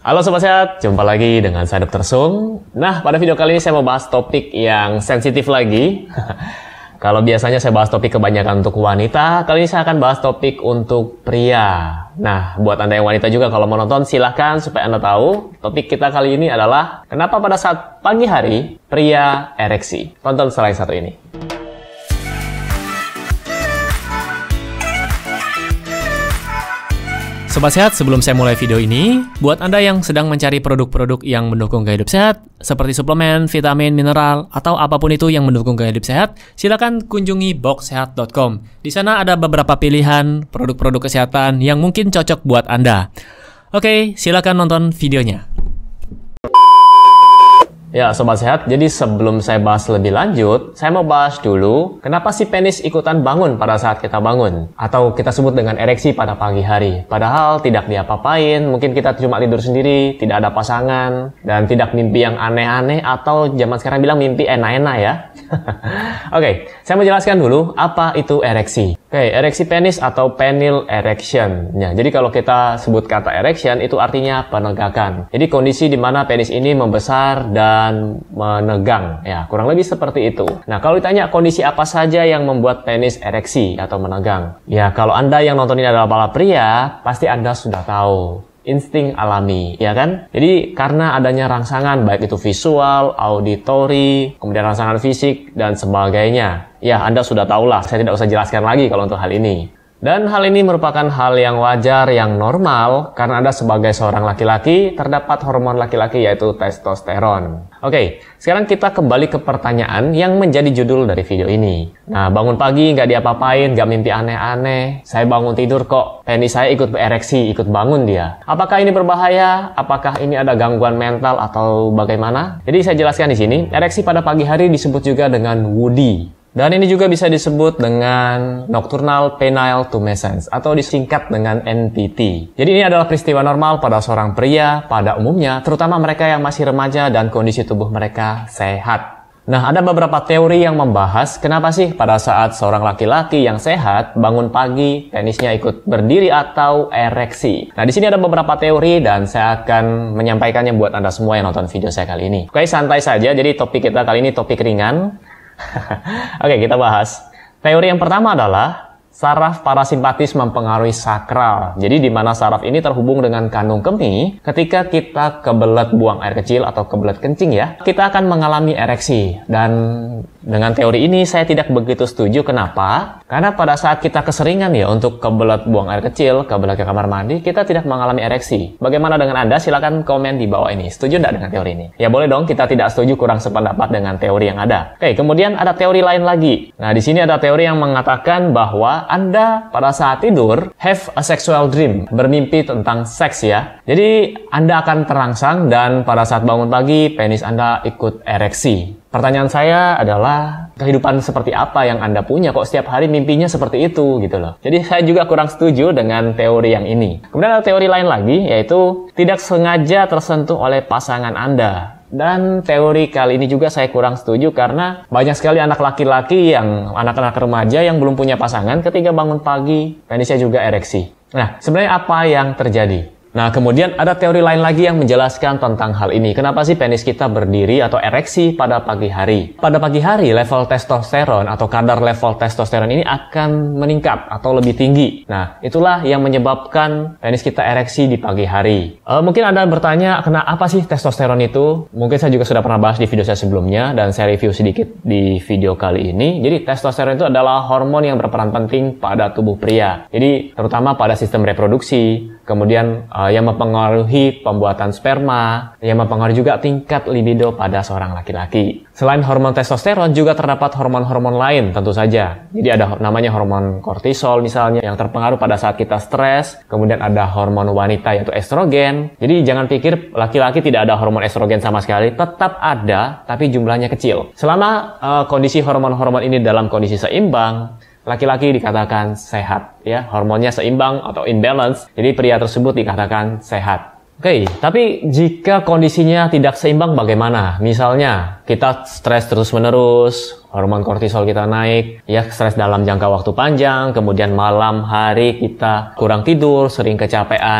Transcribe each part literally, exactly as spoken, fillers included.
Halo Sobat Sehat, jumpa lagi dengan saya Dokter Sung. Nah, pada video kali ini saya mau bahas topik yang sensitif lagi. Kalau biasanya saya bahas topik kebanyakan untuk wanita, kali ini saya akan bahas topik untuk pria. Nah, buat Anda yang wanita juga kalau mau nonton silahkan supaya Anda tahu. Topik kita kali ini adalah kenapa pada saat pagi hari pria ereksi. Tonton slide satu ini. Sobat Sehat, sebelum saya mulai video ini, buat Anda yang sedang mencari produk-produk yang mendukung gaya hidup sehat, seperti suplemen, vitamin, mineral, atau apapun itu yang mendukung gaya hidup sehat, silakan kunjungi box sehat dot com. Di sana ada beberapa pilihan produk-produk kesehatan yang mungkin cocok buat Anda. Oke, silakan nonton videonya. Ya, Sobat Sehat, jadi sebelum saya bahas lebih lanjut, saya mau bahas dulu kenapa si penis ikutan bangun pada saat kita bangun. Atau kita sebut dengan ereksi pada pagi hari. Padahal tidak diapa-apain, mungkin kita cuma tidur sendiri, tidak ada pasangan, dan tidak mimpi yang aneh-aneh, atau zaman sekarang bilang mimpi enak-enak ya. Oke, saya mau jelaskan dulu apa itu ereksi. Oke, ereksi penis atau penile erection. Ya, jadi kalau kita sebut kata erection, itu artinya penegakan. Jadi kondisi di mana penis ini membesar dan dan menegang, ya kurang lebih seperti itu. Nah, kalau ditanya kondisi apa saja yang membuat penis ereksi atau menegang, ya kalau Anda yang nonton ini adalah para pria, pasti Anda sudah tahu. Insting alami, ya kan? Jadi karena adanya rangsangan, baik itu visual, auditori, kemudian rangsangan fisik, dan sebagainya. Ya, Anda sudah tahulah, saya tidak usah jelaskan lagi kalau untuk hal ini. Dan hal ini merupakan hal yang wajar, yang normal, karena Anda sebagai seorang laki-laki, terdapat hormon laki-laki yaitu testosteron. Oke, sekarang kita kembali ke pertanyaan yang menjadi judul dari video ini. Nah, bangun pagi, nggak diapa-apain, nggak mimpi aneh-aneh, saya bangun tidur kok, penis saya ikut berereksi, ikut bangun dia. Apakah ini berbahaya? Apakah ini ada gangguan mental atau bagaimana? Jadi saya jelaskan di sini, ereksi pada pagi hari disebut juga dengan woody. Dan ini juga bisa disebut dengan nocturnal penile tumescence atau disingkat dengan N P T. Jadi ini adalah peristiwa normal pada seorang pria pada umumnya, terutama mereka yang masih remaja dan kondisi tubuh mereka sehat. Nah, ada beberapa teori yang membahas kenapa sih pada saat seorang laki-laki yang sehat bangun pagi penisnya ikut berdiri atau ereksi. Nah, di sini ada beberapa teori dan saya akan menyampaikannya buat Anda semua yang nonton video saya kali ini. Oke, santai saja. Jadi topik kita kali ini topik ringan. Oke, kita bahas. Teori yang pertama adalah saraf parasimpatis mempengaruhi sakral. Jadi di mana saraf ini terhubung dengan kandung kemih, ketika kita kebelet buang air kecil atau kebelet kencing ya, kita akan mengalami ereksi. Dan dengan teori ini saya tidak begitu setuju. Kenapa? Karena pada saat kita keseringan ya untuk kebelet buang air kecil, kebelet ke kamar mandi, kita tidak mengalami ereksi. Bagaimana dengan Anda? Silakan komen di bawah ini. Setuju tidak dengan teori ini? Ya boleh dong, kita tidak setuju, kurang sependapat dengan teori yang ada. Oke, kemudian ada teori lain lagi. Nah, di sini ada teori yang mengatakan bahwa Anda pada saat tidur have a sexual dream, bermimpi tentang seks ya. Jadi Anda akan terangsang dan pada saat bangun pagi penis Anda ikut ereksi. Pertanyaan saya adalah kehidupan seperti apa yang Anda punya kok setiap hari mimpinya seperti itu gitu loh. Jadi saya juga kurang setuju dengan teori yang ini. Kemudian ada teori lain lagi yaitu tidak sengaja tersentuh oleh pasangan Anda. Dan teori kali ini juga saya kurang setuju karena banyak sekali anak laki-laki yang anak-anak remaja yang belum punya pasangan ketika bangun pagi penisnya juga ereksi. Nah, sebenarnya apa yang terjadi? Nah, kemudian ada teori lain lagi yang menjelaskan tentang hal ini. Kenapa sih penis kita berdiri atau ereksi pada pagi hari? Pada pagi hari, level testosteron atau kadar level testosteron ini akan meningkat atau lebih tinggi. Nah, itulah yang menyebabkan penis kita ereksi di pagi hari. E, mungkin Anda bertanya, kenapa apa sih testosteron itu? Mungkin saya juga sudah pernah bahas di video saya sebelumnya dan saya review sedikit di video kali ini. Jadi, testosteron itu adalah hormon yang berperan penting pada tubuh pria. Jadi, terutama pada sistem reproduksi, kemudian uh, yang mempengaruhi pembuatan sperma, yang mempengaruhi juga tingkat libido pada seorang laki-laki. Selain hormon testosteron, juga terdapat hormon-hormon lain tentu saja. Jadi ada namanya hormon kortisol misalnya, yang terpengaruh pada saat kita stres. Kemudian ada hormon wanita yaitu estrogen. Jadi jangan pikir laki-laki tidak ada hormon estrogen sama sekali. Tetap ada, tapi jumlahnya kecil. Selama uh, kondisi hormon-hormon ini dalam kondisi seimbang, laki-laki dikatakan sehat, ya, hormonnya seimbang atau imbalance, jadi pria tersebut dikatakan sehat. Oke, tapi jika kondisinya tidak seimbang bagaimana? Misalnya, kita stres terus-menerus, hormon kortisol kita naik, ya stres dalam jangka waktu panjang, kemudian malam hari kita kurang tidur, sering kecapean.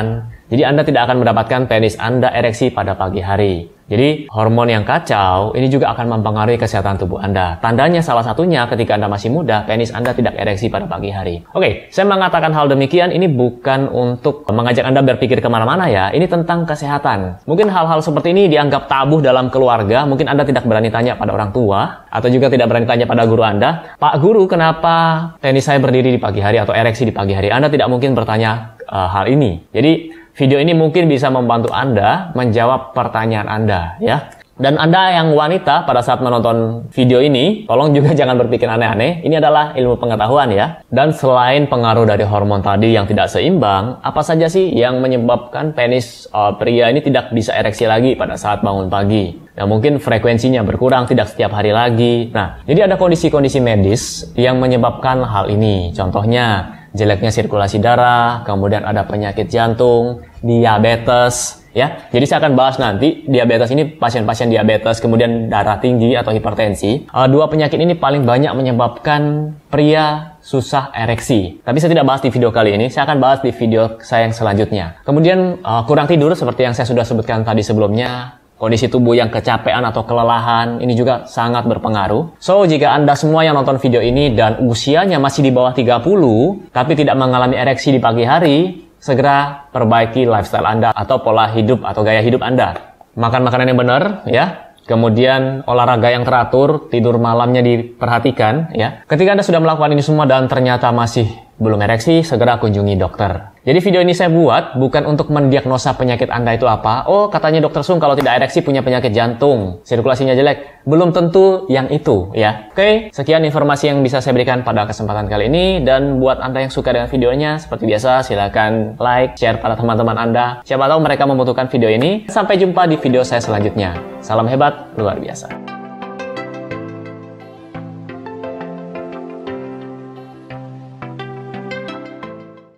Jadi Anda tidak akan mendapatkan penis Anda ereksi pada pagi hari. Jadi hormon yang kacau ini juga akan mempengaruhi kesehatan tubuh Anda. Tandanya salah satunya ketika Anda masih muda, penis Anda tidak ereksi pada pagi hari. Oke, saya mengatakan hal demikian ini bukan untuk mengajak Anda berpikir kemana-mana ya. Ini tentang kesehatan. Mungkin hal-hal seperti ini dianggap tabu dalam keluarga. Mungkin Anda tidak berani tanya pada orang tua atau juga tidak berani tanya pada guru Anda. Pak guru, kenapa penis saya berdiri di pagi hari atau ereksi di pagi hari? Anda tidak mungkin bertanya uh, hal ini. Jadi video ini mungkin bisa membantu Anda menjawab pertanyaan Anda, ya. Dan Anda yang wanita pada saat menonton video ini, tolong juga jangan berpikir aneh-aneh. Ini adalah ilmu pengetahuan ya. Dan selain pengaruh dari hormon tadi yang tidak seimbang, apa saja sih yang menyebabkan penis uh, pria ini tidak bisa ereksi lagi pada saat bangun pagi? Ya mungkin frekuensinya berkurang, tidak setiap hari lagi. Nah, jadi ada kondisi-kondisi medis yang menyebabkan hal ini. Contohnya, jeleknya sirkulasi darah, kemudian ada penyakit jantung, diabetes, ya. Jadi saya akan bahas nanti diabetes ini pasien-pasien diabetes, kemudian darah tinggi atau hipertensi. Uh, dua penyakit ini paling banyak menyebabkan pria susah ereksi. Tapi saya tidak bahas di video kali ini, saya akan bahas di video saya yang selanjutnya. Kemudian uh, kurang tidur seperti yang saya sudah sebutkan tadi sebelumnya. Kondisi tubuh yang kecapean atau kelelahan ini juga sangat berpengaruh. So, jika Anda semua yang nonton video ini dan usianya masih di bawah tiga puluh, tapi tidak mengalami ereksi di pagi hari, segera perbaiki lifestyle Anda atau pola hidup atau gaya hidup Anda. Makan makanan yang benar, ya. Kemudian olahraga yang teratur, tidur malamnya diperhatikan, ya. Ketika Anda sudah melakukan ini semua dan ternyata masih belum ereksi, segera kunjungi dokter. Jadi video ini saya buat bukan untuk mendiagnosa penyakit Anda itu apa. Oh, katanya dokter Sung kalau tidak ereksi punya penyakit jantung, sirkulasinya jelek. Belum tentu yang itu, ya. Oke, sekian informasi yang bisa saya berikan pada kesempatan kali ini. Dan buat Anda yang suka dengan videonya, seperti biasa, silakan like, share pada teman-teman Anda. Siapa tahu mereka membutuhkan video ini. Sampai jumpa di video saya selanjutnya. Salam hebat, luar biasa.